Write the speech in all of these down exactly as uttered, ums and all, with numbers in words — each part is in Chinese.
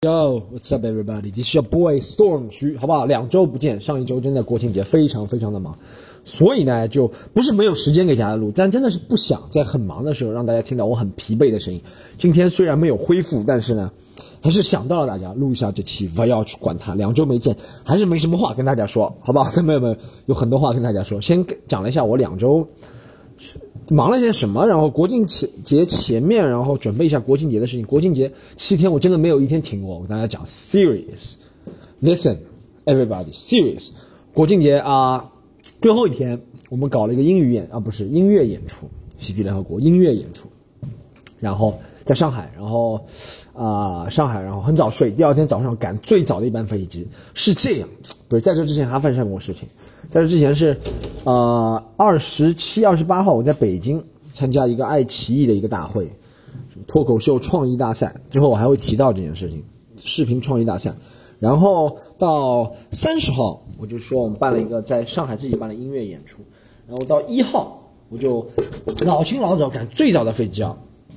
Yo, what's up, everybody? This is your boy Storm 徐，好不好？两周不见，上一周真的国庆节非常非常的忙，所以呢，就不是没有时间给大家录，但真的是不想在很忙的时候让大家听到我很疲惫的声音。今天虽然没有恢复，但是呢，还是想到了大家录一下这期，不要去管它。两周没见，还是没什么话跟大家说，好不好？没有没有，有很多话跟大家说。先讲了一下我两周忙了些什么，然后国庆节前面，然后准备一下国庆节的事情。国庆节七天我真的没有一天停过，我跟大家讲 serious listen everybody serious 国庆节啊、呃、最后一天我们搞了一个英语演啊不是音乐演出，喜剧联合国音乐演出，然后在上海，然后啊、呃、上海，然后很早睡，第二天早上赶最早的一班飞机。是这样，不是在这之前还发生过事情。在这之前是，呃，二十七、二十八号我在北京参加一个爱奇艺的一个大会，脱口秀创意大赛。之后我还会提到这件事情，视频创意大赛。然后到三十号，我就说我们办了一个在上海自己办的音乐演出。然后到一号，我就老清老早赶最早的飞机啊，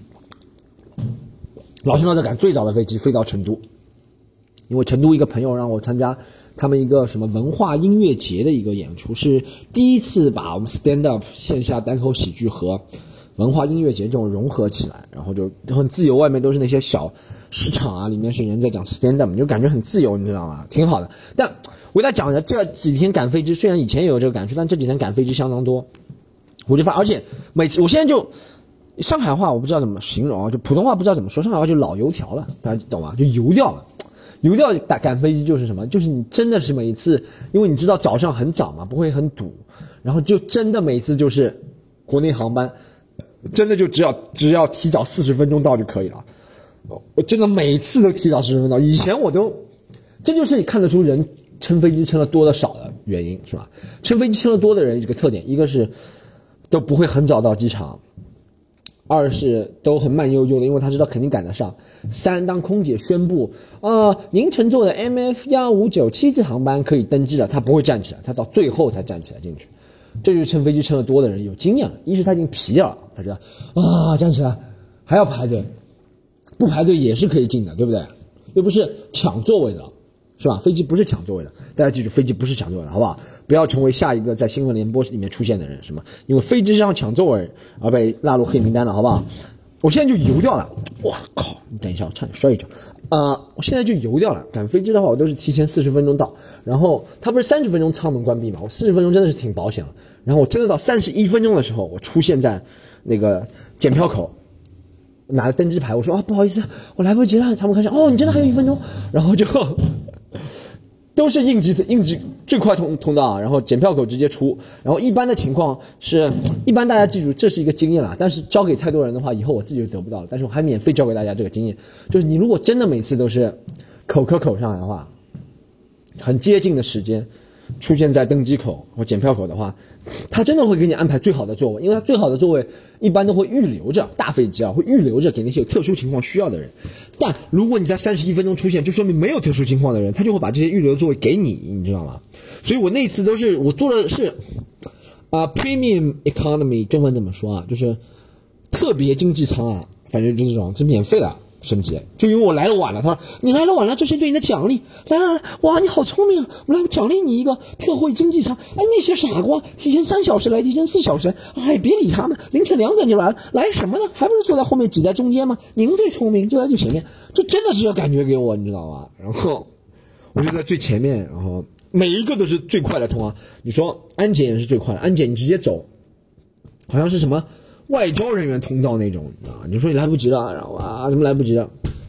老清老早赶最早的飞机飞到成都，因为成都一个朋友让我参加他们一个什么文化音乐节的一个演出，是第一次把我们 stand up 线下单口喜剧和文化音乐节这种融合起来，然后就很自由，外面都是那些小市场啊，里面是人在讲 stand up， 你就感觉很自由，你知道吗？挺好的。但我给大家讲一下，这几天赶飞机，虽然以前也有这个感触，但这几天赶飞机相当多，我就发，而且每次我现在就上海话我不知道怎么形容啊，就普通话不知道怎么说，上海话就老油条了，大家懂吗？就油掉了。油掉赶赶飞机就是什么？就是你真的是每一次，因为你知道早上很早嘛，不会很堵，然后就真的每次就是国内航班，真的就只要只要提早四十分钟到就可以了。我真的每次都提早四十分钟到，以前我都，这就是你看得出人乘飞机乘的多的少的原因，是吧？乘飞机乘的多的人有个特点，一个是都不会很早到机场。二是都很慢悠悠的，因为他知道肯定赶得上。三，当空姐宣布啊、呃，您乘坐的 M F 一五九七次航班可以登机了，他不会站起来，他到最后才站起来进去。这就是乘飞机乘得多的人有经验了，一是他已经疲了，他知道啊站起来还要排队，不排队也是可以进的，对不对？又不是抢座位的，是吧？飞机不是抢座位的，大家记住，飞机不是抢座位的，好不好？不要成为下一个在新闻联播里面出现的人，是吗？因为飞机上抢座位而被纳入黑名单了，好不好？我现在就油掉了，哇靠！你等一下，我差点摔一跤。呃，我现在就油掉了。赶飞机的话，我都是提前四十分钟到，然后它不是三十分钟舱门关闭嘛，我四十分钟真的是挺保险了。然后我真的到三十一分钟的时候，我出现在那个检票口，拿着登机牌，我说啊不好意思，我来不及了。他们看见哦，你真的还有一分钟，然后就。都是应急应急最快通通道啊，然后检票口直接出，然后一般的情况是，一般大家记住这是一个经验啦，但是交给太多人的话，以后我自己就得不到了。但是我还免费教给大家这个经验，就是你如果真的每次都是口口口上来的话，很接近的时间出现在登机口或检票口的话，他真的会给你安排最好的座位，因为他最好的座位一般都会预留着，大飞机啊会预留着给那些有特殊情况需要的人。但如果你在三十一分钟出现，就说明没有特殊情况的人，他就会把这些预留的座位给你，你知道吗？所以我那次都是我坐的是啊、呃、premium economy， 中文怎么说啊？就是特别经济舱啊，反正就是这种是免费的。升级，就因为我来的晚了，他说你来了晚了，这是对你的奖励。来来来，哇，你好聪明啊！我们来奖励你一个特惠经济舱。哎，那些傻瓜，提前三小时来，提前四小时，哎，别理他们，凌晨两点就来了，来什么呢？还不是坐在后面挤在中间吗？您最聪明，坐在最前面，这真的是有感觉给我，你知道吗？然后我就在最前面，然后每一个都是最快的通啊。你说安检也是最快的，安检你直接走，好像是什么？外交人员通道那种啊，你说你来不及了，然后啊，怎么来不及了？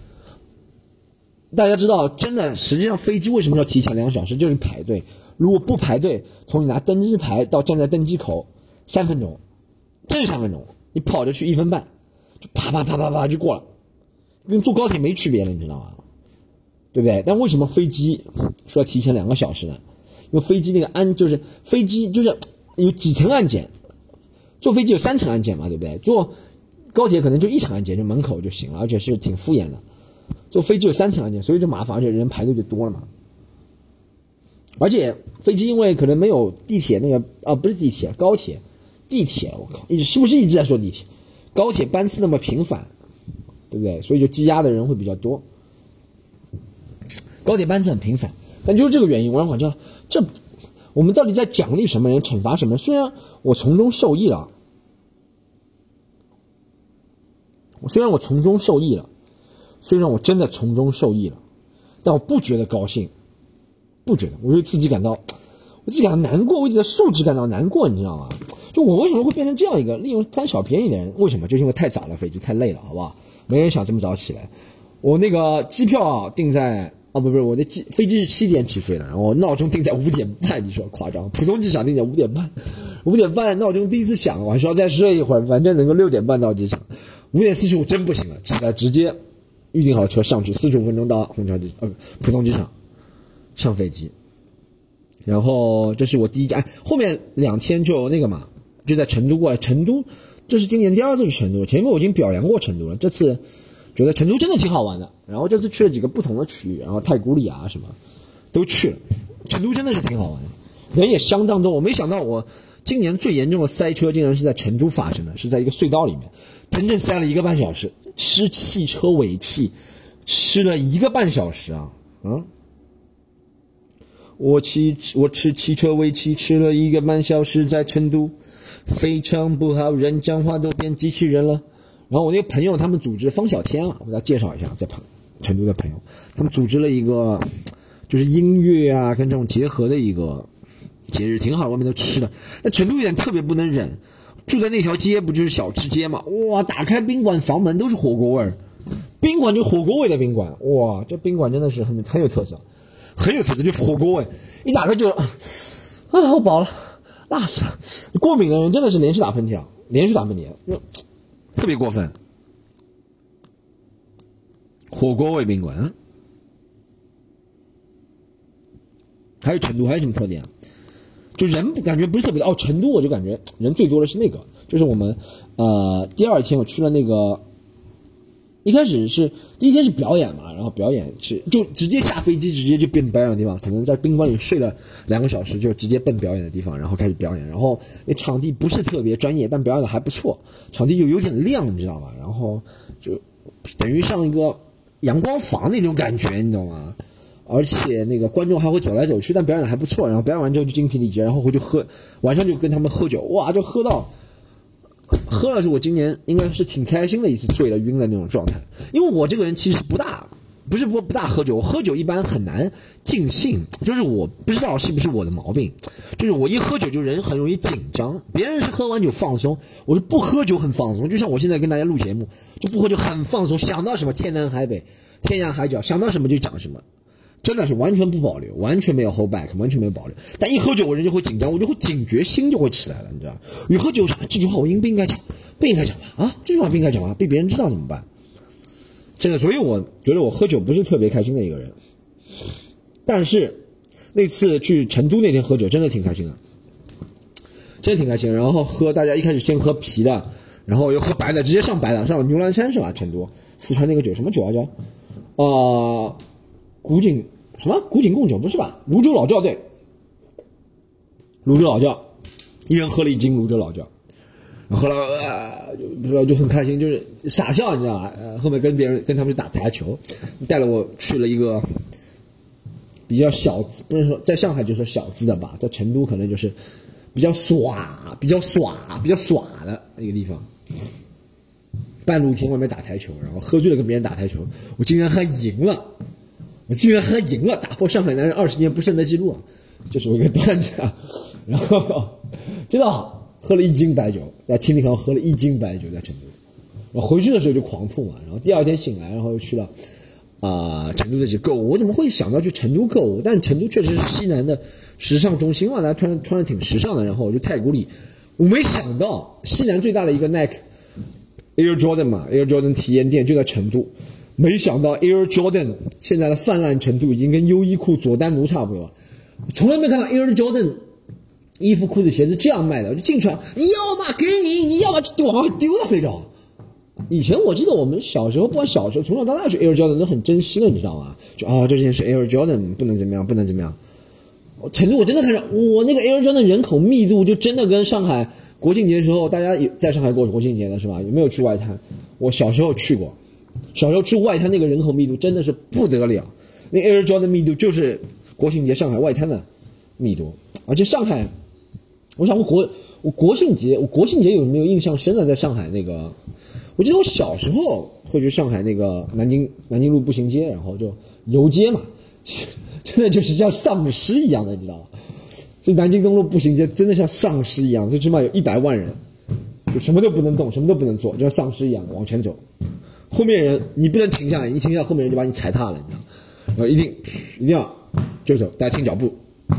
大家知道，真的，实际上飞机为什么要提前两小时？就是排队。如果不排队，从你拿登机牌到站在登机口，三分钟，真是三分钟，你跑着去一分半，就啪啪啪啪啪就过了，跟坐高铁没区别了，你知道吗？对不对？但为什么飞机说要提前两个小时呢？因为飞机那个安就是飞机就是有几层安检。坐飞机有三层安检嘛，对不对？坐高铁可能就一层安检，就门口就行了，而且是挺敷衍的。坐飞机有三层安检，所以就麻烦，而且人排队就多了嘛。而且飞机因为可能没有地铁那个啊，不是地铁，高铁，地铁，我靠，一直是不是一直在说地铁？高铁班次那么频繁，对不对？所以就积压的人会比较多。 高铁班次很频繁，但就是这个原因，我让我觉得这我们到底在奖励什么人，惩罚什么人？虽然我从中受益了，虽然我从中受益了，虽然我真的从中受益了，但我不觉得高兴，不觉得，我对自己感到，我自己感到难过，我自己的素质感到难过，你知道吗？就我为什么会变成这样一个利用贪小便宜的人？为什么？就是因为太早了，飞机太累了，好不好？没人想这么早起来。我那个机票啊定在啊不不是我的机飞机是七点起飞了，然后闹钟定在五点半，你说夸张？浦东机场定在五点半，五点半闹钟第一次响，我还需要再睡一会儿，反正能够六点半到机场。五点四十五真不行了，起来直接预定好车上去，四十五分钟到虹桥机呃浦东机场上飞机。然后这是我第一家，哎，后面两天就那个嘛，就在成都过来。成都这是今年第二次去成都，前面我已经表扬过成都了，这次觉得成都真的挺好玩的。然后这次去了几个不同的区域，然后太古里啊什么都去了。成都真的是挺好玩的，人也相当多。我没想到我今年最严重的塞车竟然是在成都发生的，是在一个隧道里面，整整塞了一个半小时，吃汽车尾气吃了一个半小时啊，嗯。我骑我吃汽车尾气吃了一个半小时，在成都非常不好，人讲话都变机器人了。然后我那个朋友他们组织方小天啊，我给大家介绍一下，在成都的朋友，他们组织了一个就是音乐啊跟这种结合的一个节日，挺好，外面都吃的。但成都有点特别不能忍，住在那条街不就是小吃街嘛？哇，打开宾馆房门都是火锅味儿，宾馆就火锅味的宾馆，哇，这宾馆真的是很很有特色。很有特色，就火锅味，一打开就，啊，我饱了，辣死了。过敏的人真的是连续打喷嚏啊，连续打喷嚏，就特别过分。火锅味宾馆，啊，还有成都还有什么特点啊？就人感觉不是特别的哦，成都我就感觉人最多的是那个，就是我们呃第二天我去了那个。一开始是第一天是表演嘛，然后表演是就直接下飞机，直接就奔表演的地方，可能在宾馆里睡了两个小时，就直接奔表演的地方，然后开始表演。然后那场地不是特别专业，但表演的还不错，场地又有点亮，你知道吗？然后就等于像一个阳光房那种感觉，你知道吗？而且那个观众还会走来走去，但表演的还不错。然后表演完之后就精疲力竭，然后回去喝，晚上就跟他们喝酒，哇，就喝到。喝了是我今年应该是挺开心的一次醉了晕的那种状态，因为我这个人其实不大，不是不不大喝酒，我喝酒一般很难尽兴，就是我不知道是不是我的毛病，就是我一喝酒就人很容易紧张，别人是喝完酒放松，我是不喝酒很放松，就像我现在跟大家录节目，就不喝酒很放松，想到什么天南海北，天涯海角，想到什么就讲什么。真的是完全不保留，完全没有 hold back， 完全没有保留。但一喝酒，我人就会紧张，我就会警觉心就会起来了，你知道？一喝酒，这句话我应不应该讲？不应该讲吧？啊，这句话不应该讲吧？被别人知道怎么办？真的，所以我觉得我喝酒不是特别开心的一个人。但是那次去成都那天喝酒，真的挺开心的，真的挺开心。然后喝，大家一开始先喝啤的，然后又喝白的，直接上白的，上牛栏山是吧？成都四川那个酒什么酒啊？叫啊、呃、古井。什么古井贡酒不是吧？泸州老窖，对，泸州老窖，一人喝了一斤泸州老窖，喝了呃就不知道就很开心，就是傻笑，你知道吧？呃，后面跟别人跟他们去打台球，带了我去了一个比较小资，不能说在上海就说小资的吧，在成都可能就是比较耍、比较耍、比较耍的一个地方。半露天外面打台球，然后喝醉了跟别人打台球，我竟然还赢了。我竟然还赢了，打破上海男人二十年不胜的记录啊！这是我一个段子啊。然后真的好，喝了一斤白酒，在听听看，喝了一斤白酒在成都。然后回去的时候就狂吐嘛，然后第二天醒来，然后又去了啊、呃、成都的去购物。我怎么会想到去成都购物？但成都确实是西南的时尚中心嘛，大家穿穿的挺时尚的。然后我就太古里，我没想到西南最大的一个 Nike Air Jordan 嘛 ，Air Jordan 体验店就在成都。没想到 Air Jordan 现在的泛滥程度已经跟优衣库佐丹奴差不多了，从来没看到 Air Jordan 衣服裤子鞋子这样卖的，我就进去了，你要嘛给你，你要嘛就往上丢了那种。以前我记得我们小时候，不管小时候从小到大去 Air Jordan 都很珍惜的，你知道吗？就啊、哦，这件是 Air Jordan， 不能怎么样，不能怎么样。成都我真的看上，我那个 Air Jordan 人口密度就真的跟上海国庆节的时候，大家在上海过国庆节的是吧？有没有去外滩？我小时候去过。小时候吃外滩那个人口密度真的是不得了， 那 Air Jordan 密度就是国庆节上海外滩的密度，而且上海，我想我国我国庆节我国庆节有没有印象深的？在上海那个，我记得我小时候会去上海那个南京南京路步行街，然后就游街嘛，真的就是像丧尸一样的，你知道吗？就南京东路步行街真的像丧尸一样，最起码有一百万人，就什么都不能动，什么都不能做，就像丧尸一样的往前走。后面人你不能停下来，一停下来后面人就把你踩踏了，你知道吗？然后一定一定要就走，大家听脚步。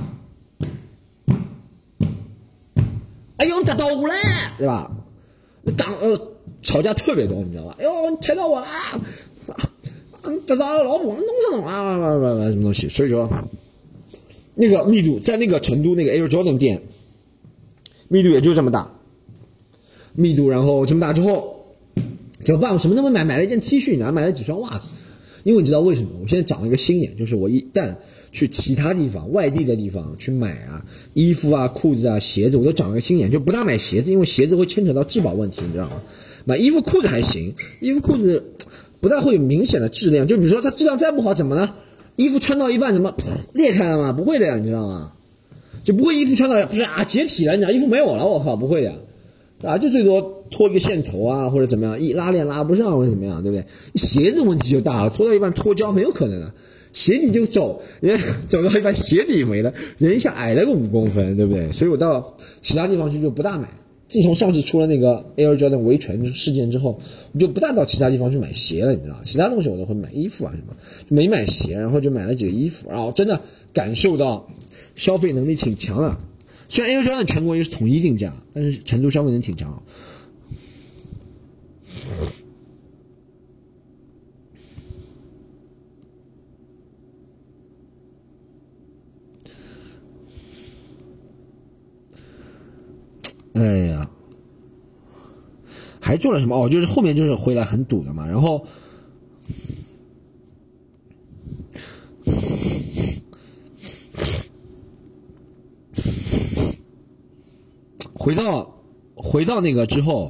哎呦，打到我了，对吧？刚呃吵架特别多，你知道吧？哎呦，你踩到我了，啊，打到老母，弄上了啊，什么东西？所以说，那个密度在那个成都那个 Air Jordan 店，密度也就这么大，密度然后这么大之后。怎么办？我什么都没买，买了一件 T 恤，然后买了几双袜子。因为你知道为什么？我现在长了一个心眼，就是我一旦去其他地方、外地的地方去买啊，衣服啊、裤子啊、鞋子，我都长了个心眼，就不大买鞋子，因为鞋子会牵扯到质保问题，你知道吗？买衣服、裤子还行，衣服、裤子不大会有明显的质量。就比如说它质量再不好，怎么呢？衣服穿到一半怎么裂开了吗？不会的呀，你知道吗？就不会衣服穿到不是啊解体了，你知道衣服没有了，我靠，不会的呀。啊，就最多脱一个线头啊，或者怎么样，一拉链拉不上或者怎么样，对不对？鞋子问题就大了，脱到一半脱胶很有可能的，鞋底就走，人走到一半鞋底没了，人一下矮了个五公分，对不对？所以我到其他地方去就不大买。自从上次出了那个 Air Jordan 维权事件之后，我就不大到其他地方去买鞋了，你知道吗？其他东西我都会买，衣服啊什么，就没买鞋，然后就买了几个衣服，然后真的感受到消费能力挺强的。虽然 Air Jordan 全国也是统一定价，但是成都消费能力挺强。哎呀，还做了什么？哦，就是后面就是回来很堵的嘛，然后。回到回到那个之后，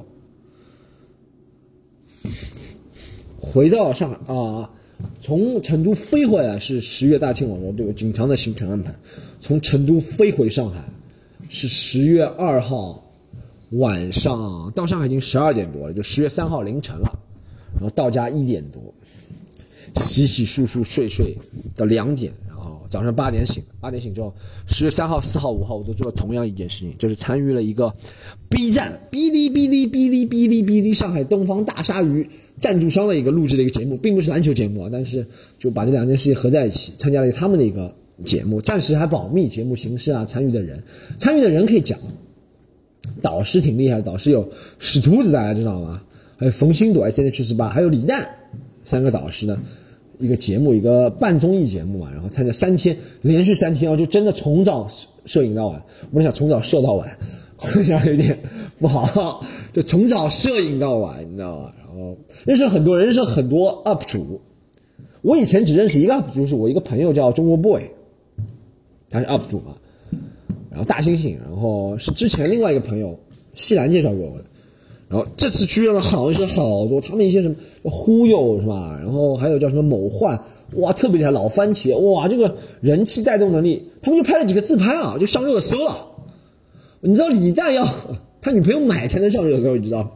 回到上海啊，从成都飞回来是十月大庆网络这个紧张的行程安排，从成都飞回上海是十月二号晚上，到上海已经十二点多了，就十月三号凌晨了，然后到家一点多，洗洗漱漱睡睡到两点。早上八点醒，八点醒之后，十月三号、四号、五号我都做了同样一件事情，就是参与了一个 B 站、哔哩哔哩、哔哩哔哩、哔哩上海东方大鲨鱼赞助商的一个录制的一个节目，并不是篮球节目啊，但是就把这两件事情合在一起，参加了他们的一个节目，暂时还保密节目形式啊，参与的人，参与的人可以讲，导师挺厉害的，导师有史徒子大家知道吗？还有冯鑫朵 S N H 十八，还有李诞，三个导师的。一个节目，一个半综艺节目嘛，然后参加三天，连续三天啊，就真的从早摄影到晚。我想从早摄到晚，我想有点不好，就从早摄影到晚，你知道吗？然后认识很多人，认识很多 U P 主。我以前只认识一个 U P 主，是我一个朋友叫中国 boy， 他是 U P 主嘛。然后大猩猩，然后是之前另外一个朋友西兰介绍给我的。然后这次去了好像是好多，他们一些什么忽悠是吧？然后还有叫什么某幻，哇，特别厉害，老番茄，哇，这个人气带动能力，他们就拍了几个自拍啊，就上热搜了。你知道李诞要他女朋友买才能上热搜，你知道吗？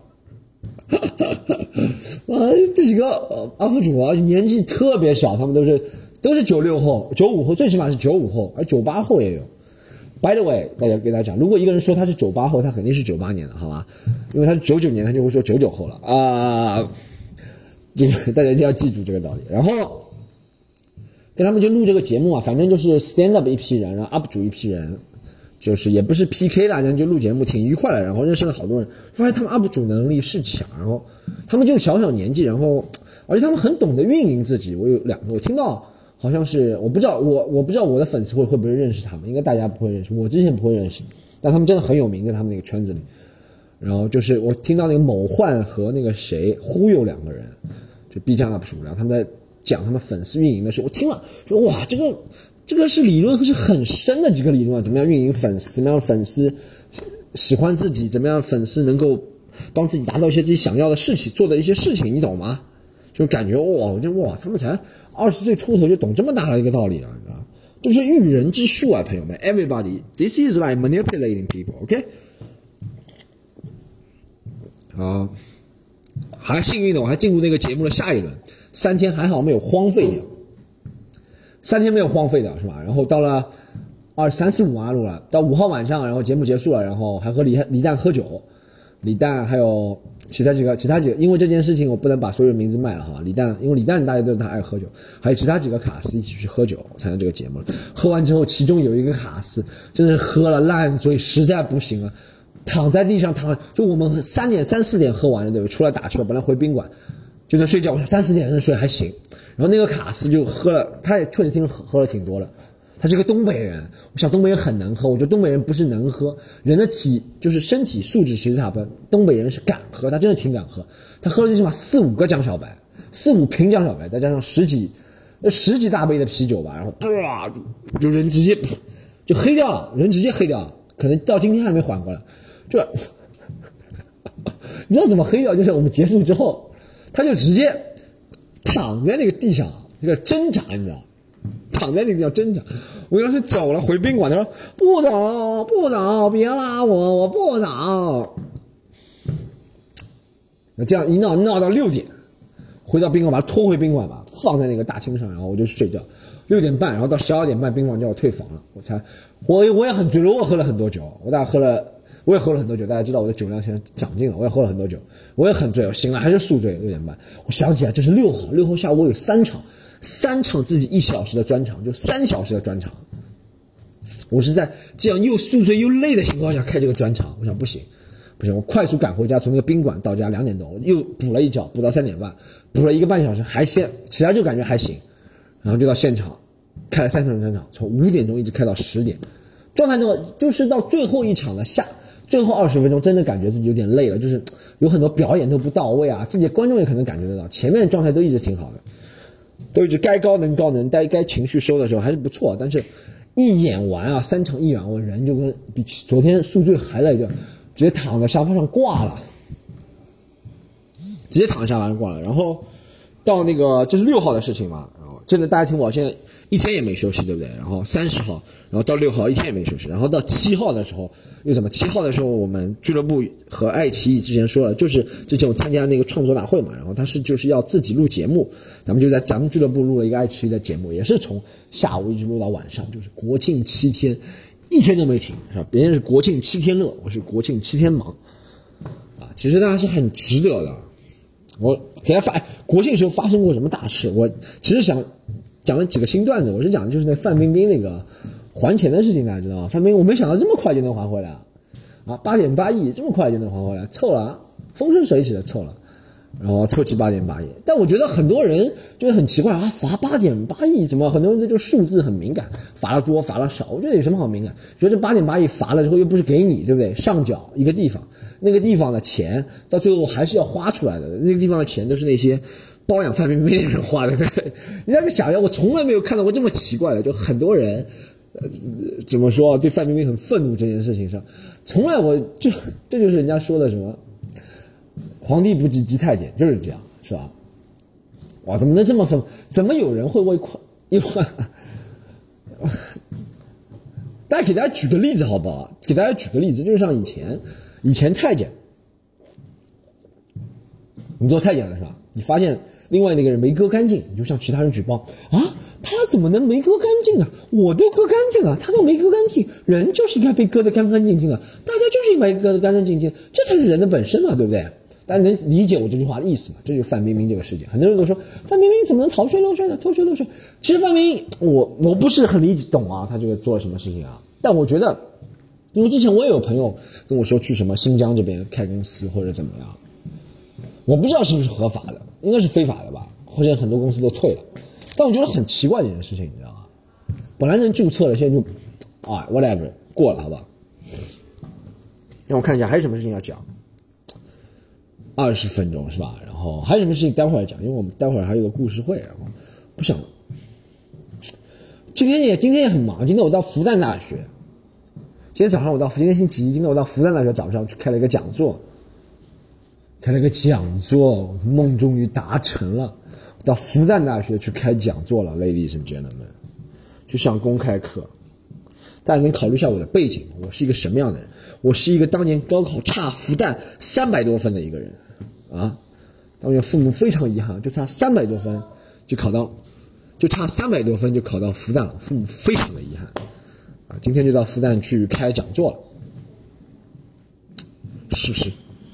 哇，这几个 U P 主啊，年纪特别小，他们都是都是九六后、九五后，最起码是九五后，而九八后也有。By the way， 大家给大家讲，如果一个人说他是九八后，他肯定是九八年的，好吧？因为他是九九年，他就会说九九后了啊。这个大家一定要记住这个道理。然后跟他们就录这个节目啊，反正就是 stand up 一批人，然后 U P 主一批人，就是也不是 P K 啦，然后就录节目挺愉快的，然后认识了好多人，发现他们 U P 主能力是强，然后他们就小小年纪，然后而且他们很懂得运营自己。我有两个，我听到。好像是我不知道，我我不知道我的粉丝会会不会认识他们，应该大家不会认识，我之前不会认识，但他们真的很有名，在他们那个圈子里。然后就是我听到那个某幻和那个谁忽悠两个人，就 B 站 U P 主，然后他们在讲他们粉丝运营的时候，我听了说哇，这个这个是理论是很深的几个理论，怎么样运营粉丝，怎么样粉丝喜欢自己，怎么样粉丝能够帮自己达到一些自己想要的事情，做的一些事情，你懂吗？ 就感觉哇，我就哇，他们才二十岁出头就懂这么大的一个道理了，你知道吗？这是育人之术啊，朋友们 ，everybody， this is like manipulating people，OK？、Okay? 好，还幸运的我还进入那个节目的下一轮，三天还好没有荒废掉，三天没有荒废掉是吧？然后到了二三四五啊录了，到五号晚上，然后节目结束了，然后还和李李诞喝酒，李诞还有其他几个其他几个，因为这件事情我不能把所有人名字卖了哈。李诞，因为李诞大家都知道他爱喝酒，还有其他几个卡司一起去喝酒参加这个节目了。喝完之后，其中有一个卡司真是喝了烂醉，实在不行了。躺在地上躺，就我们三点三四点喝完了，对不对？出来打球，本来回宾馆就能睡觉，我想三四点能睡还行。然后那个卡斯就喝了，他也确实听喝喝了挺多的。他是个东北人，我想东北人很能喝，我觉得东北人不是能喝，人的体就是身体素质其实差不多。东北人是敢喝，他真的挺敢喝。他喝了最起码四五个江小白，四五瓶江小白，再加上十几十几大杯的啤酒吧，然后哇，就人直接就黑掉了，人直接黑掉了，可能到今天还没缓过来。这你知道怎么黑掉？就是我们结束之后，他就直接躺在那个地上，那个挣扎，你知道，躺在那个地方挣扎。我要是走了回宾馆，他说不走不走，别拉我，我不走。这样一闹闹到六点，回到宾馆把他拖回宾馆吧，放在那个大厅上，然后我就睡觉。六点半，然后到十二点半，宾馆叫我退房了，我才我我也很醉了，我喝了很多酒，我大概喝了。我也喝了很多酒，大家知道我的酒量现在长进了，我也喝了很多酒，我也很醉，我醒了还是宿醉，六点半。我想起来这是六号，六号下午我有三场，三场自己一小时的专场，就三小时的专场。我是在这样又宿醉又累的情况下开这个专场，我想不行，不行，我快速赶回家，从那个宾馆到家两点多，又补了一觉，补到三点半，补了一个半小时，还先其他就感觉还行，然后就到现场开了三场专场，从五点钟一直开到十点，状态中就是到最后一场的下。最后二十分钟真的感觉自己有点累了，就是有很多表演都不到位啊，自己的观众也可能感觉得到，前面的状态都一直挺好的，都一直该高能高能，该该情绪收的时候还是不错，但是一演完啊，三场一演，我人就跟比昨天宿醉还累，就直接躺在沙发上挂了，直接躺在沙发上挂了。然后到那个这是六号的事情嘛，然后真的大家听我现在一天也没休息，对不对？然后三十号，然后到六号一天也没休息，然后到七号的时候又怎么？七号的时候我们俱乐部和爱奇艺之前说了，就是之前我参加那个创作大会嘛，然后他是就是要自己录节目，咱们就在咱们俱乐部录了一个爱奇艺的节目，也是从下午一直录到晚上，就是国庆七天，一天都没停，是吧？别人是国庆七天乐，我是国庆七天忙，啊，其实大家是很值得的。我给他发国庆时候发生过什么大事？我其实想讲了几个新段子，我是讲的就是那范冰冰那个还钱的事情，大家知道吗？范冰冰我没想到这么快就能还回来啊，八点八亿这么快就能还回来，凑了，风生水起的凑了，然后凑齐八点八亿。但我觉得很多人觉得很奇怪啊，罚八点八亿怎么？很多人对数字很敏感，罚了多罚了少，我觉得有什么好敏感？觉得这八点八亿罚了之后又不是给你，对不对？上缴一个地方。那个地方的钱到最后还是要花出来的，那个地方的钱都是那些包养范冰冰的人花的。你那个想想，我从来没有看到过这么奇怪的，就很多人，呃，怎么说对范冰冰很愤怒这件事情上，从来我就这就是人家说的什么，皇帝不急急太监，就是这样，是吧？哇，怎么能这么愤？怎么有人会为快？因为大家给大家举个例子好不好？给大家举个例子，就是像以前。以前太监，你做太监了是吧？你发现另外那个人没割干净，你就向其他人举报啊，他怎么能没割干净啊？我都割干净了，他都没割干净，人就是应该被割得干干净净的，大家就是应该割得干干净净，这才是人的本身嘛，对不对？大家能理解我这句话的意思吗？这就是范冰冰这个事件。很多人都说范冰冰怎么能逃税漏税呢？偷税漏税。其实范冰冰，我我不是很理解懂啊，他这个做了什么事情啊？但我觉得。因为之前我也有朋友跟我说去什么新疆这边开公司或者怎么样，我不知道是不是合法的，应该是非法的吧，或者很多公司都退了。但我觉得很奇怪这件事情，你知道吗？本来能注册了，现在就啊 whatever 过了，好不好？让我看一下还有什么事情要讲。二十分钟是吧？然后还有什么事情待会儿讲，因为我们待会儿还有个故事会，然后不想。今天也今天也很忙，今天我到复旦大学。今天早上我到今天星期一，今天我到复旦大学早上去开了一个讲座， 开了个讲座，梦终于达成了，到复旦大学去开讲座了 ，ladies and gentlemen， 去上公开课。大家能考虑一下我的背景，我是一个什么样的人？我是一个当年高考差复旦三百多分的一个人啊！当年父母非常遗憾，就差三百多分就考到，就差三百多分就考到复旦了，父母非常的遗憾啊！今天就到复旦去开讲座了，是不是？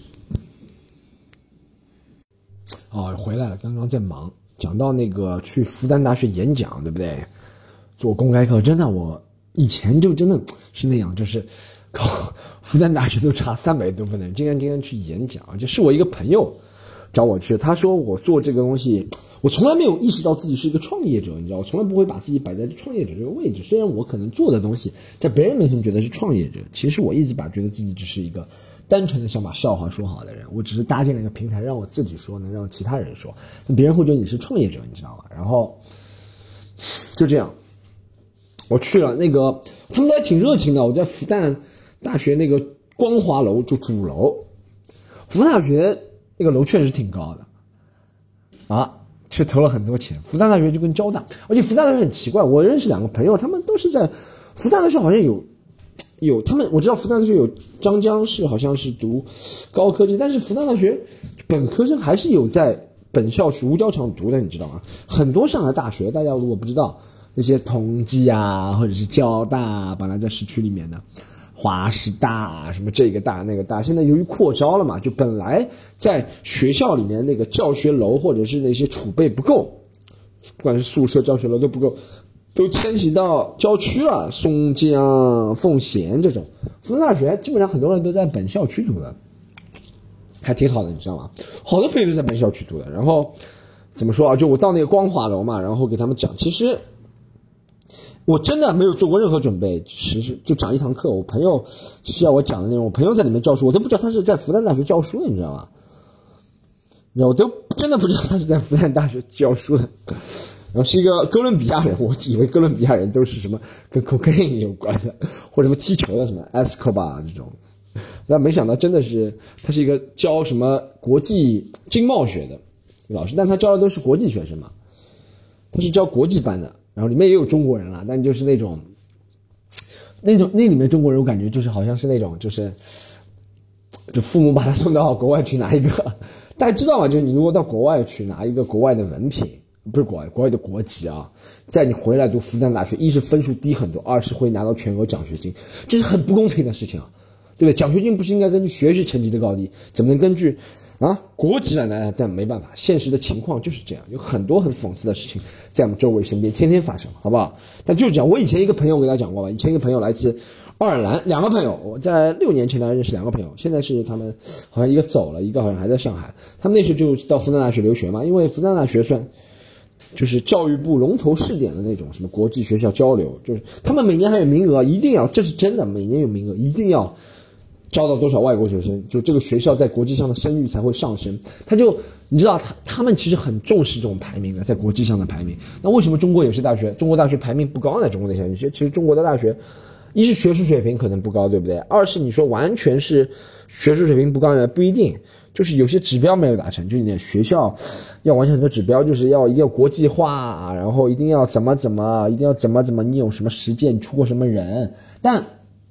哦，回来了，刚刚在忙，讲到那个去复旦大学演讲，对不对？做公开课，真的我。以前就真的是那样，就是考复旦大学都差三百多分的人，今天今天去演讲，就是我一个朋友找我去，他说我做这个东西，我从来没有意识到自己是一个创业者，你知道，我从来不会把自己摆在创业者这个位置。虽然我可能做的东西在别人面前觉得是创业者，其实我一直把觉得自己只是一个单纯的想把笑话说好的人，我只是搭建了一个平台，让我自己说，能让其他人说，那别人会觉得你是创业者，你知道吗？然后就这样。我去了那个，他们都还挺热情的。我在复旦大学那个光华楼就主楼，复旦大学那个楼确实挺高的，啊，却投了很多钱。复旦大学就跟交大，而且复旦大学很奇怪，我认识两个朋友，他们都是在复旦大学，好像有有他们我知道复旦大学有张江市好像是读高科技，但是复旦大学本科生还是有在本校区五角场读的，你知道吗？很多上海大学，大家如果不知道。那些同济啊，或者是交大，本来在市区里面的，华师大什么这个大那个大，现在由于扩招了嘛，就本来在学校里面那个教学楼或者是那些储备不够，不管是宿舍、教学楼都不够，都迁徙到郊区了，松江、奉贤这种。复旦大学基本上很多人都在本校区读的，还挺好的，你知道吗？好多朋友都在本校区读的。然后怎么说啊？就我到那个光华楼嘛，然后给他们讲，其实。我真的没有做过任何准备，其实就讲一堂课。我朋友需要我讲的内容，我朋友在里面教书，我都不知道他是在复旦大学教书的，你知道吗？你知道我都真的不知道他是在复旦大学教书的。然后是一个哥伦比亚人，我以为哥伦比亚人都是什么跟 cocaine 有关的，或者什么踢球的，什么 Escobar 这种。但没想到真的是他是一个教什么国际经贸学的老师，但他教的都是国际学生嘛，他是教国际班的。然后里面也有中国人了，但就是那种，那种那里面中国人，我感觉就是好像是那种，就是就父母把他送到国外去拿一个，大家知道吗？就是你如果到国外去拿一个国外的文凭，不是国外国外的国籍啊，在你回来读复旦大学，一是分数低很多，二是会拿到全额奖学金，这是很不公平的事情啊，对不对？奖学金不是应该根据学习成绩的高低，怎么能根据？啊，国籍来拿，但没办法，现实的情况就是这样，有很多很讽刺的事情在我们周围身边天天发生，好不好？但就是讲，我以前一个朋友给他讲过吧，以前一个朋友来自爱尔兰，两个朋友，我在六年前呢认识两个朋友，现在是他们好像一个走了，一个好像还在上海，他们那时候就到复旦大学留学嘛，因为复旦大学算就是教育部龙头试点的那种什么国际学校交流，就是他们每年还有名额，一定要，这是真的，每年有名额，一定要。招到多少外国学生，就这个学校在国际上的声誉才会上升。他就你知道，他他们其实很重视这种排名的，在国际上的排名。那为什么中国有些大学，中国大学排名不高呢？中国的小学，其实中国的大学，一是学术水平可能不高，对不对？二是你说完全是学术水平不高呢，不一定，就是有些指标没有达成。就你的学校要完成很多指标，就是要一定要国际化，然后一定要怎么怎么，一定要怎么怎么，你有什么实践，你出过什么人，但。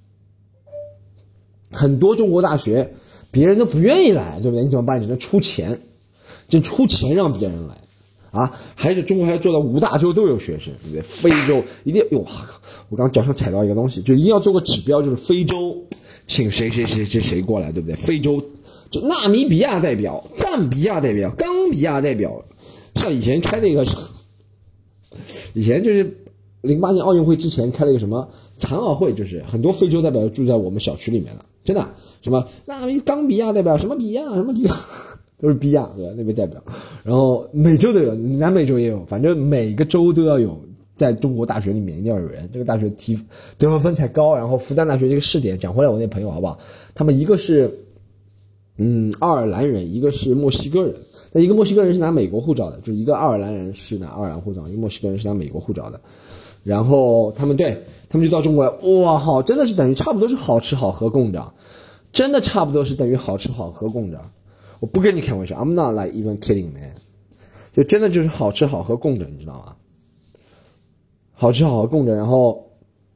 很多中国大学别人都不愿意来，对不对？你怎么办？只能出钱，就出钱让别人来啊！还是中国还要做到五大洲都有学生，对不对？非洲一定要，哇！我刚脚上踩到一个东西，就一定要做个指标，就是非洲请谁谁谁谁谁过来，对不对？非洲就纳米比亚代表、赞比亚代表、冈比亚代表，像以前开那个，以前就是零八年奥运会之前开了一个什么残奥会，就是很多非洲代表住在我们小区里面了。真的，什么纳米冈比亚代表，什么比亚，什么比亚，都是比亚，对吧？那边代表。然后美洲都有，南美洲也有，反正每个州都要有，在中国大学里面一定要有人。这个大学提得分分才高。然后复旦大学这个试点，讲回来我那朋友好不好？他们一个是嗯爱尔兰人，一个是墨西哥人。那一个墨西哥人是拿美国护照的，就一个爱尔兰人是拿爱尔兰护照，一个墨西哥人是拿美国护照的。然后他们对他们就到中国来，哇好，真的是等于差不多是好吃好喝共长，真的差不多是等于好吃好喝共长。 我不跟你开玩笑 ，I'm not like even kidding man， 就真的就是好吃好喝供着，你知道吗？好吃好喝供着，然后，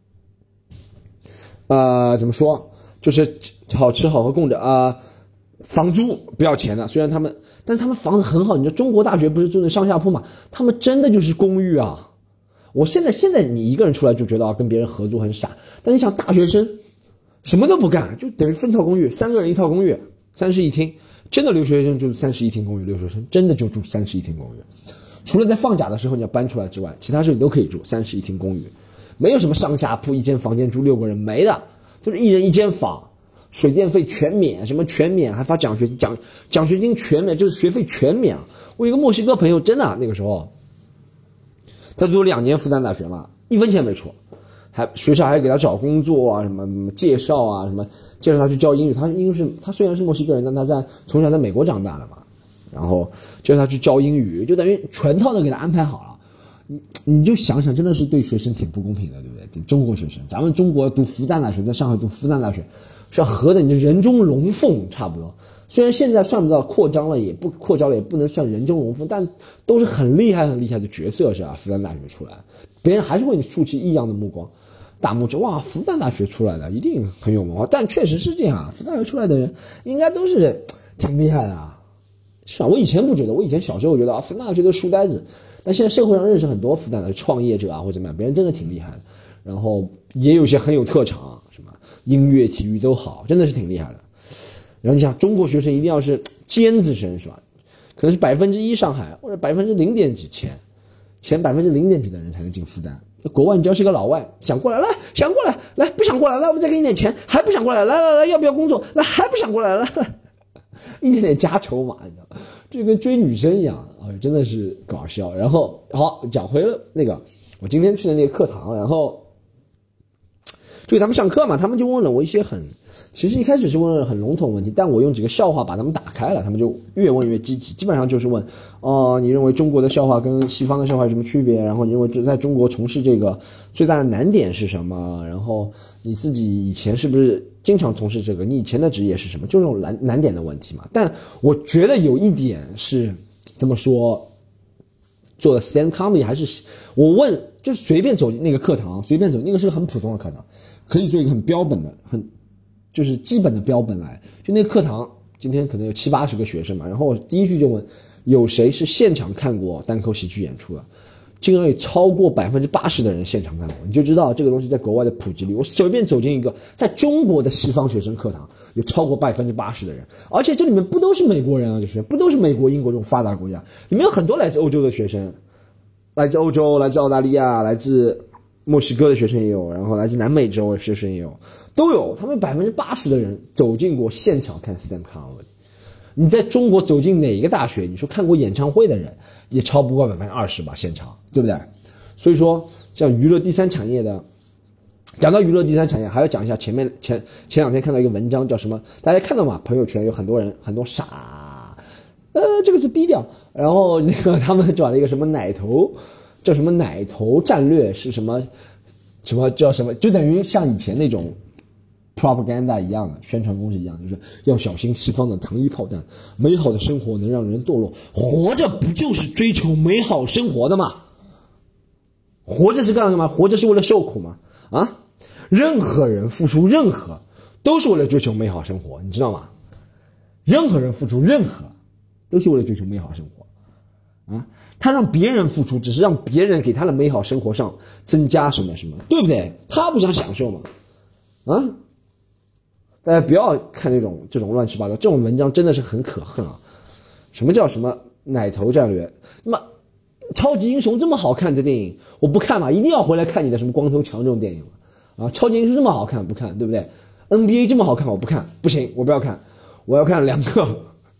呃，怎么说？就是好吃好喝供着啊、呃，房租不要钱的，虽然他们，但是他们房子很好。你知道中国大学不是住那上下铺嘛？他们真的就是公寓啊！我现在现在你一个人出来就觉得、啊、跟别人合租很傻，但你想大学生什么都不干，就等于分套公寓，三个人一套公寓，三室一厅，真的留学生住三室一厅公寓，留学生真的就住三室一厅公寓。除了在放假的时候你要搬出来之外，其他时候你都可以住三室一厅公寓，没有什么上下铺一间房间住六个人，没的，就是一人一间房，水电费全免，什么全免，还发奖学奖奖学金全免，就是学费全免。我有一个墨西哥朋友，真的、啊、那个时候，他读两年复旦大学嘛，一分钱没出，还学校还给他找工作啊，什么什么介绍啊，什么介绍他去教英语。他英语是他虽然是墨西哥人，但他在从小在美国长大的嘛。然后叫他去教英语，就等于全套的给他安排好了。你你就想想，真的是对学生挺不公平的，对不对？对中国学生，咱们中国读复旦大学，在上海读复旦大学，是要合的，你就人中龙凤差不多。虽然现在算不到扩张了，也不扩张了，也不能算人中龙凤，但都是很厉害很厉害的角色，是吧？复旦大学出来，别人还是会你竖起异样的目光，大拇指，哇，复旦大学出来的一定很有文化。但确实是这样，复旦大学出来的人应该都是挺厉害的啊。是啊，我以前不觉得，我以前小时候觉得啊，复旦大学的书呆子，但现在社会上认识很多复旦的创业者啊，或者怎么样，别人真的挺厉害的，然后也有些很有特长，什么音乐、体育都好，真的是挺厉害的。然后你想，中国学生一定要是尖子生是吧？可能是百分之一上海或者百分之零点几前，前百分之零点几的人才能进复旦。国外你只要是个老外，想过来来，想过来来，不想过来来，我们再给你点钱，还不想过来来来来，要不要工作？来还不想过来来。一点点加筹码，你知道，这跟追女生一样啊，真的是搞笑。然后好讲回了那个我今天去的那个课堂，然后就给他们上课嘛，他们就问了我一些很，其实一开始是问了很笼统问题，但我用几个笑话把他们打开了，他们就越问越积极，基本上就是问哦、呃，你认为中国的笑话跟西方的笑话有什么区别？然后你认为在中国从事这个最大的难点是什么？然后你自己以前是不是经常从事这个？你以前的职业是什么？就这种难难点的问题嘛。但我觉得有一点是怎么说，做的 stand comedy 还是我问就是随便走那个课堂，随便走那个是个很普通的课堂，可以做一个很标本的、很就是基本的标本来。就那个课堂今天可能有七八十个学生嘛，然后我第一句就问有谁是现场看过单口喜剧演出的？竟然有超过百分之八十的人现场看过，你就知道这个东西在国外的普及率。我随便走进一个在中国的西方学生课堂，有超过百分之八十的人，而且这里面不都是美国人啊，就是不都是美国、英国这种发达国家，里面有很多来自欧洲的学生，来自欧洲、来自澳大利亚、来自墨西哥的学生也有，然后来自南美洲的学生也有，都有。他们百分之八十的人走进过现场看 stand comedy。你在中国走进哪一个大学，你说看过演唱会的人也超不过百分之二十吧，现场，对不对？所以说像娱乐第三产业的，讲到娱乐第三产业，还要讲一下前面前前两天看到一个文章叫什么，大家看到吗？朋友圈有很多人很多傻，呃这个是逼掉，然后那个他们转了一个什么奶头，叫什么奶头战略，是什么什么叫什么，就等于像以前那种propaganda 一样的宣传攻势一样，就是要小心西方的糖衣炮弹，美好的生活能让人堕落，活着不就是追求美好生活的吗？活着是干什么？活着是为了受苦吗？啊，任何人付出任何都是为了追求美好生活，你知道吗？任何人付出任何都是为了追求美好生活啊，他让别人付出只是让别人给他的美好生活上增加什么什么，对不对？他不想享受吗？啊，大家不要看这种这种乱七八糟，这种文章真的是很可恨啊！什么叫什么奶头战略？那么超级英雄这么好看这电影，我不看嘛，一定要回来看你的什么光头强这种电影嘛？啊，超级英雄这么好看不看，对不对 ？N B A 这么好看我不看，不行，我不要看，我要看两个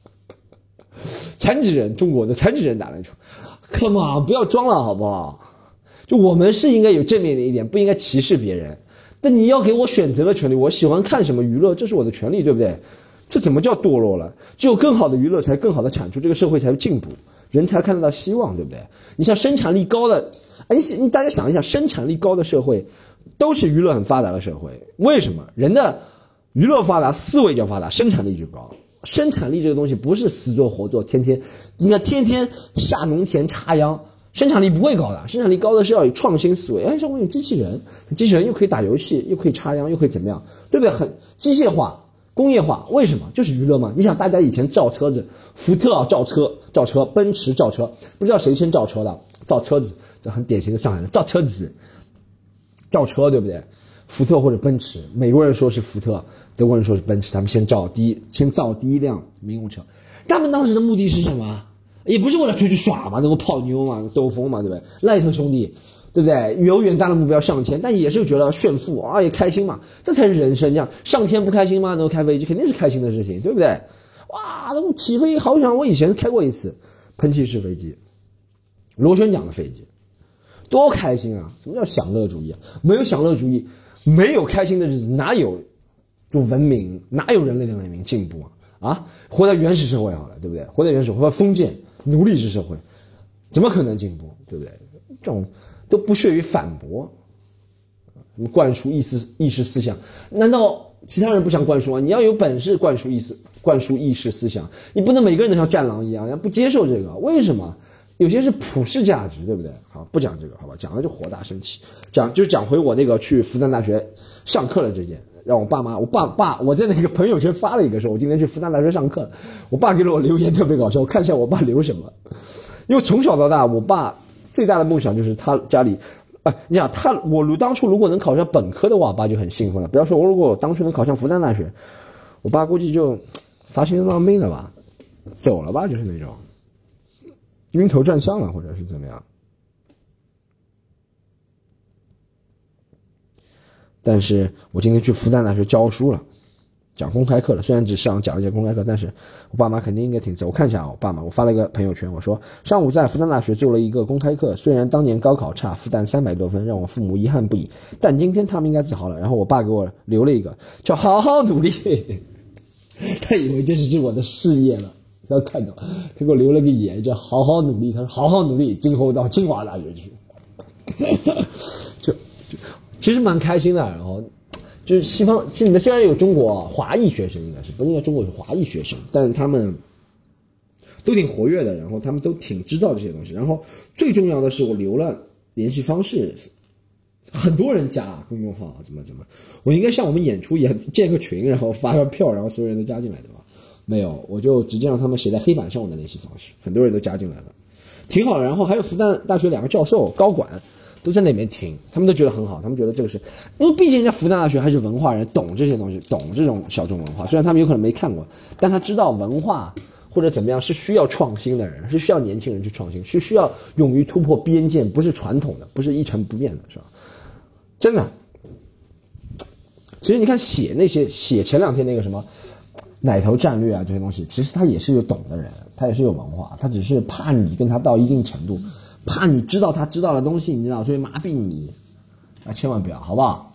残疾人，中国的残疾人打篮球。Come on， 不要装了好不好？就我们是应该有正面的一点，不应该歧视别人。但你要给我选择的权利，我喜欢看什么娱乐，这是我的权利，对不对？这怎么叫堕落了？只有更好的娱乐才更好的产出，这个社会才会进步，人才看得到希望，对不对？你像生产力高的，哎，你大家想一想，生产力高的社会都是娱乐很发达的社会，为什么？人的娱乐发达，思维就发达，生产力就高。 生产力这个东西不是死做活做，天天你看天天下农田插秧，生产力不会高的，生产力高的是要有创新思维。哎，像我有机器人，机器人又可以打游戏，又可以插秧，又可以怎么样，对不对？很机械化、工业化，为什么？就是娱乐嘛。你想，大家以前造车子，福特啊造车，造车，奔驰造车，不知道谁先造车的，造车子，这很典型的上海人，造车子，造车，对不对？福特或者奔驰，美国人说是福特，德国人说是奔驰，他们先造第一，先造第一辆民用车。他们当时的目的是什么？也不是为了出去耍嘛，能够泡妞嘛，兜风嘛，对不对？赖特兄弟，对不对？有远大的目标上天，但也是觉得炫富啊，也开心嘛，这才是人生。这样上天不开心吗？能够开飞机肯定是开心的事情，对不对？哇，那种起飞好想，我以前开过一次喷气式飞机，螺旋桨的飞机，多开心啊！什么叫享乐主义啊？没有享乐主义，没有开心的日子，哪有就文明，哪有人类的文明进步啊？啊，活在原始社会好了，对不对？活在原始，活在封建奴隶制社会，怎么可能进步？对不对？这种都不屑于反驳，什么灌输意识意识思想？难道其他人不想灌输啊？你要有本事灌输意识灌输意识思想，你不能每个人都像战狼一样，不接受这个，为什么？有些是普世价值，对不对？好，不讲这个，好吧？讲了就火大生气。讲就讲回我那个去复旦大学上课的这件。让我爸妈，我爸爸，我在那个朋友圈发了一个说，我今天去复旦大学上课了。我爸给了我留言特别搞笑，我看一下我爸留什么。因为从小到大，我爸最大的梦想就是他家里，哎，你想他，我如当初如果能考上本科的话，我爸就很兴奋了。不要说我如果当初能考上复旦大学，我爸估计就发心脏病了吧，走了吧，就是那种晕头转向了，或者是怎么样。但是我今天去复旦大学教书了，讲公开课了。虽然只上讲了一节公开课，但是我爸妈肯定应该挺走。我看一下啊，我爸妈，我发了一个朋友圈，我说上午在复旦大学做了一个公开课，虽然当年高考差复旦三百多分，让我父母遗憾不已，但今天他们应该自豪了。然后我爸给我留了一个叫好好努力，他以为这是我的事业了。要看到他给我留了个言叫好好努力，他说好好努力，今后到清华大学去。就就其实蛮开心的，然后就是西方，这里面虽然有中国华裔学生，应该是不应该中国是华裔学生，但是他们都挺活跃的，然后他们都挺知道这些东西。然后最重要的是，我留了联系方式，很多人加公众号，怎么怎么，我应该像我们演出也建个群，然后发个票，然后所有人都加进来，对吧？没有，我就直接让他们写在黑板上我的联系方式，很多人都加进来了，挺好的。然后还有复旦大学两个教授高管。都在那边听，他们都觉得很好，他们觉得这个是，因为毕竟人家复旦大学还是文化人，懂这些东西，懂这种小众文化。虽然他们有可能没看过，但他知道文化或者怎么样是需要创新的人，是需要年轻人去创新，是需要勇于突破边界，不是传统的，不是一成不变的，是吧？真的。其实你看写那些写前两天那个什么奶头战略啊这些东西，其实他也是有懂的人，他也是有文化，他只是怕你跟他到一定程度。怕你知道他知道的东西，你知道，所以麻痹你啊，千万不要，好不好？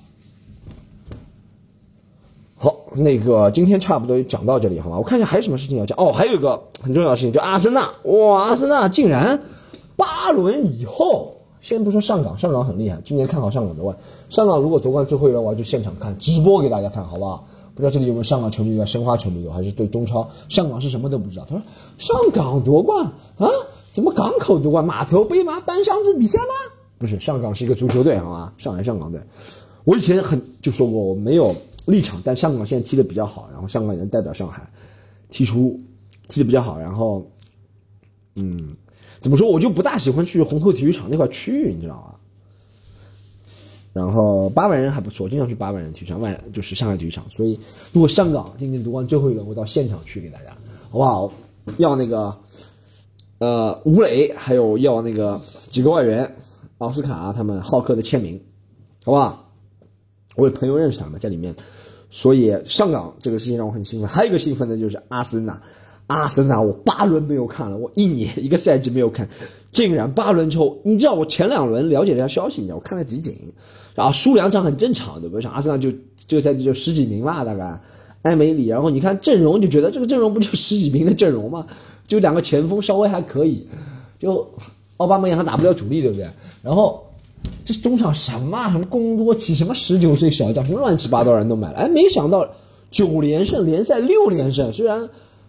好，那个今天差不多讲到这里，好吧？我看一下还有什么事情要讲哦，还有一个很重要的事情，就阿森纳，哇，阿森纳竟然八轮以后，先不说上港，上港很厉害，今年看好上港夺冠，上港如果夺冠最后一轮，我就现场看直播给大家看，好不好？不知道这里有没有上港球迷啊，申花球迷有，还是对中超上港是什么都不知道？他说上港夺冠啊？怎么港口夺冠？码头杯吗？搬箱子比赛吗？不是，上港是一个足球队，好吗？上海上港队。我以前很就说过我没有立场，但上港现在踢得比较好，然后上港也能代表上海踢出踢得比较好，然后嗯，怎么说？我就不大喜欢去虹口体育场那块区域，你知道吗？然后八万人还不错，经常去八万人体育场，万就是上海体育场。所以如果上港今天夺冠最后一轮，我到现场去给大家，好不好？要那个。呃，吴磊还有要那个几个外援，奥斯卡他们浩克的签名，好不好？我有朋友认识他们在里面，所以上港这个事情让我很兴奋。还有一个兴奋的就是阿森纳，阿森纳我八轮没有看了，我一年一个赛季没有看，竟然八轮之后，你知道我前两轮了解了一下消息，你知道我看了集锦，然后输两场很正常，对不对？像阿森纳就这个赛季就十几名吧，大概埃梅里，然后你看阵容就觉得这个阵容不就十几名的阵容吗？就两个前锋稍微还可以，就奥巴梅扬还打不了主力，对不对？然后这中场什么什么贡多齐，什么十九岁小将，什么乱七八糟人都买了，哎，没想到九连胜，联赛六连胜。虽然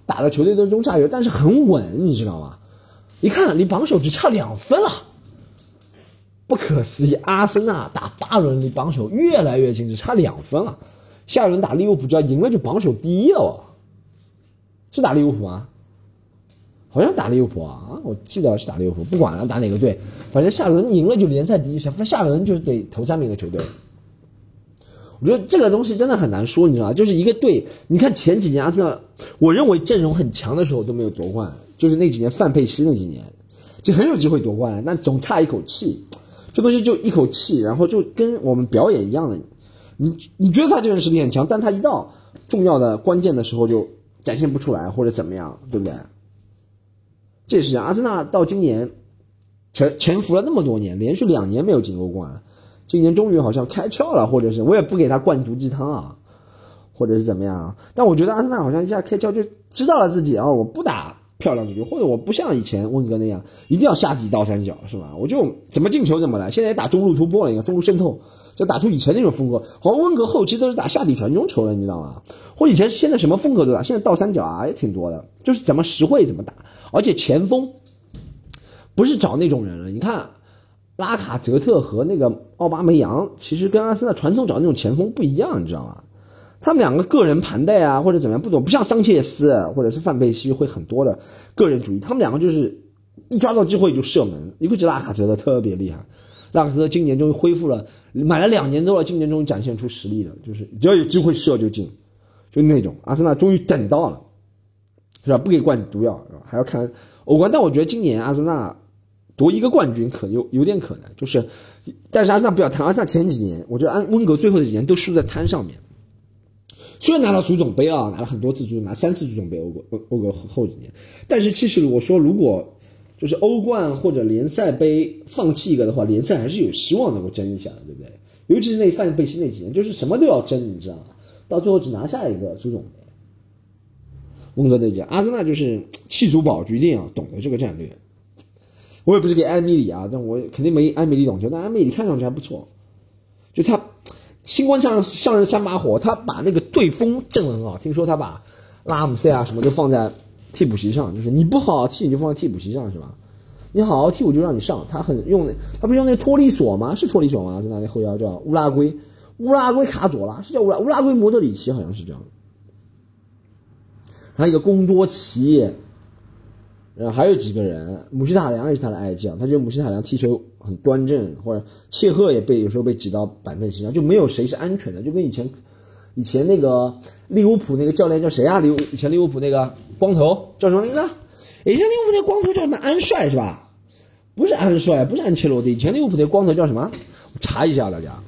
打的球队都是中下游，但是很稳，你知道吗？一看离榜首只差两分了，不可思议！阿森纳打八轮离榜首越来越近，只差两分了。下一轮打利物浦只要赢了就榜首第一了哦。是打利物浦吗？好像打利物浦啊，我记得是打利物浦，不管了打哪个队，反正下轮赢了就联赛第一，下轮就是得头三名的球队。我觉得这个东西真的很难说，你知道吗？就是一个队，你看前几年阿森纳，我认为阵容很强的时候都没有夺冠，就是那几年范佩西那几年，就很有机会夺冠了，但总差一口气。这东西就一口气，然后就跟我们表演一样的，你你觉得他这个人实力很强，但他一到重要的关键的时候就展现不出来，或者怎么样，对不对？这也是阿森纳到今年潜潜伏了那么多年，连续两年没有进欧冠，今年终于好像开窍了，或者是我也不给他灌毒鸡汤啊，或者是怎么样，但我觉得阿森纳好像一下开窍，就知道了自己啊，我不打漂亮足球，或者我不像以前温格那样一定要下自己倒三角，是吧？我就怎么进球怎么来，现在也打中路突破了，你看中路渗透，就打出以前那种风格。好像温格后期都是打下底传中球了，你知道吗？或者以前现在什么风格都打，现在倒三角啊也挺多的，就是怎么实惠怎么打。而且前锋不是找那种人了，你看拉卡泽特和那个奥巴梅扬，其实跟阿森纳传统找那种前锋不一样，你知道吗？他们两个个人盘带啊或者怎么样不懂，不像桑切斯或者是范佩西会很多的个人主义，他们两个就是一抓到机会就射门。一个是拉卡泽特特别厉害，拉卡泽特今年终于恢复了，买了两年多了，今年终于展现出实力了，就是只要有机会射就进，就那种阿森纳终于等到了，是吧？不给灌毒药，还要看欧冠。但我觉得今年阿森纳夺一个冠军可有有点可能，就是但是阿森纳不要谈，阿森纳前几年我觉得安温格最后的几年都输在摊上面。虽然拿到足总杯啊，拿了很多次足总，拿三次足总杯欧国欧欧国后几年，但是其实我说如果就是欧冠或者联赛杯放弃一个的话，联赛还是有希望能够争一下的，对不对？尤其是那范佩西那几年，就是什么都要争，你知道吗？到最后只拿下一个足总杯。温格队讲，阿森纳就是弃卒保局，一定要懂得这个战略。我也不是给埃米里啊，但我肯定没埃米里懂球，但埃米里看上去还不错，就他。新官上上任三把火，他把那个对锋正很好。听说他把拉姆塞啊什么都放在替补席上，就是你不好好踢你就放在替补席上是吧？你好好踢我就让你上。他很用他不是用那托利索吗？是托利索吗？在那里后腰叫乌拉圭，乌拉圭卡佐拉是叫乌拉乌拉圭摩德里奇好像是这样。还有一个贡多齐。然后还有几个人，姆希塔良也是他的爱将，他觉得姆希塔良踢球很端正，或者切赫也被有时候被挤到板凳席上，就没有谁是安全的，就跟以前以前那个利物浦那个教练叫谁啊？利物以前利物浦那个光头叫什么名字？以前利物浦那个光头叫什么？安帅是吧？不是安帅，不是安切洛蒂，以前利物浦那个光头叫什么？我查一下大家。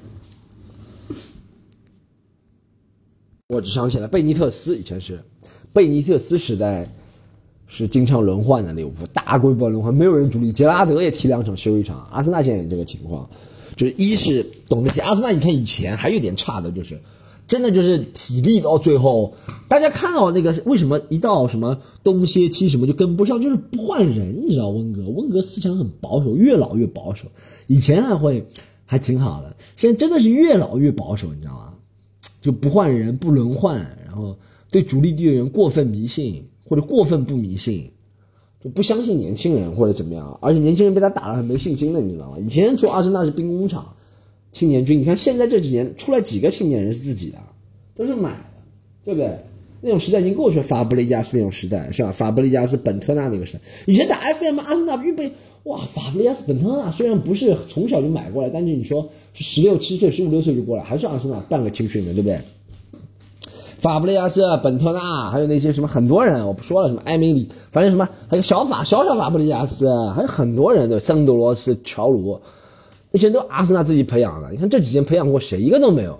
我只想起来贝尼特斯，以前是贝尼特斯时代。是经常轮换的利物浦，大规模轮换，没有人主力。杰拉德也踢两场休一场，阿森纳现在也这个情况，就是一是懂得踢。阿森纳你看以前还有点差的，就是真的就是体力到最后，大家看到那个为什么一到什么冬歇期什么就跟不上，就是不换人，你知道温格，温格思想很保守，越老越保守。以前还会还挺好的，现在真的是越老越保守，你知道吗？就不换人，不轮换，然后对主力队员过分迷信。或者过分不迷信，就不相信年轻人或者怎么样，而且年轻人被他打得很没信心的，你知道吗？以前做阿森纳是兵工厂，青年军，你看现在这几年出来几个青年人是自己的，都是买的，对不对？那种时代已经过去了，法布雷加斯那种时代是吧？法布雷加斯、本特纳那个时代，以前打 F M 阿森纳预备，哇，法布雷加斯、本特纳虽然不是从小就买过来，但是你说是十六七岁、十五六岁就过来，还是阿森纳半个青训的，对不对？法布雷加斯、本特纳，还有那些什么很多人，我不说了，什么埃米里，反正什么还有小法小小法布雷加斯，还有很多人的桑德罗斯、乔鲁，那些都阿森纳自己培养的。你看这几年培养过谁一个都没有，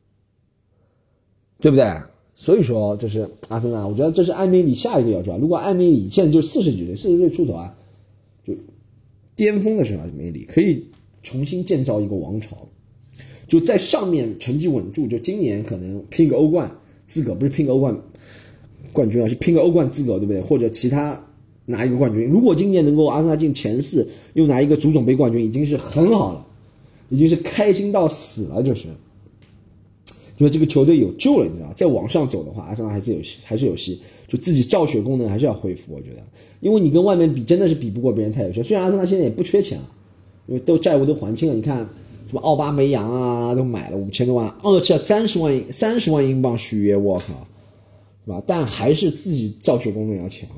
对不对？所以说这是阿森纳，我觉得这是埃米里下一个要抓。如果埃米里现在就四十几岁，四十岁出头啊，就巅峰的时候，埃米里可以重新建造一个王朝，就在上面成绩稳住，就今年可能拼个欧冠。资格不是拼个欧冠冠军啊，是拼个欧冠资格，对不对？或者其他拿一个冠军。如果今年能够阿森纳进前四，又拿一个足总杯冠军，已经是很好了，已经是开心到死了，就是觉得这个球队有救了，你知道吧？再往上走的话，阿森纳还是有还是有戏，就自己造血功能还是要恢复，我觉得，因为你跟外面比真的是比不过别人太有效。虽然阿森纳现在也不缺钱了，因为都债务都还清了，你看什么奥巴梅扬啊都买了五千多万，而且三十万三十万英镑续约，我靠，是吧？但还是自己造血功能要强。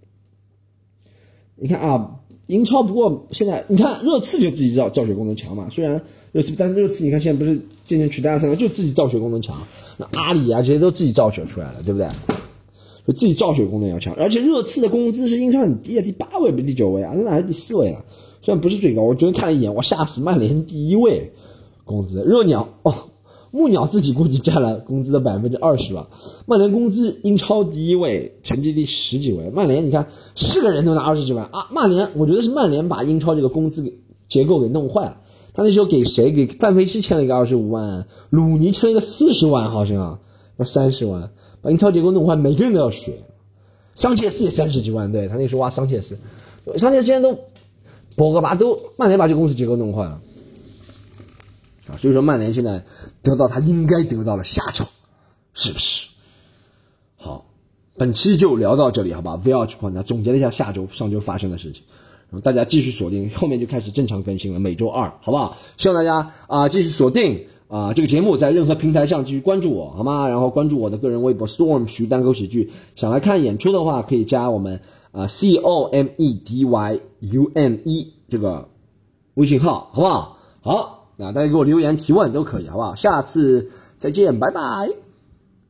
你看啊，英超不过现在你看热刺就自己造造血功能强嘛，虽然。热刺，但是热刺你看现在不是渐渐取代了三个，就自己造血功能强。那阿里啊这些都自己造血出来了，对不对？就自己造血功能要强，而且热刺的工资是英超很低的，第八位不是第九位啊，那还是第四位了。虽然不是最高，我昨天看了一眼，我吓死，曼联第一位工资，热鸟哦，木鸟自己估计占了工资的百分之二十吧。曼联工资英超第一位，成绩第十几位。曼联你看是个人都拿二十几万啊，曼联我觉得是曼联把英超这个工资结构给弄坏了。他那时候给谁？给范佩西签了一个二十五万，鲁尼签了一个四十万，好像要三十万，把英超结构弄坏，每个人都要学。桑切斯也三十几万，对他那时候挖桑切斯，桑切斯现在都博格巴都曼联把这个公司结构弄坏了啊，所以说曼联现在得到他应该得到的下场，是不是？好，本期就聊到这里，好吧 ？V R 观察总结了一下下周上周发生的事情。大家继续锁定，后面就开始正常更新了，每周二，好不好？希望大家啊、呃、继续锁定啊、呃、这个节目，在任何平台上继续关注我，好吗？然后关注我的个人微博 Storm 徐单口喜剧。想来看演出的话，可以加我们啊、呃、C O M E D Y U M E 这个微信号，好不好？好，那大家给我留言提问都可以，好不好？下次再见，拜拜。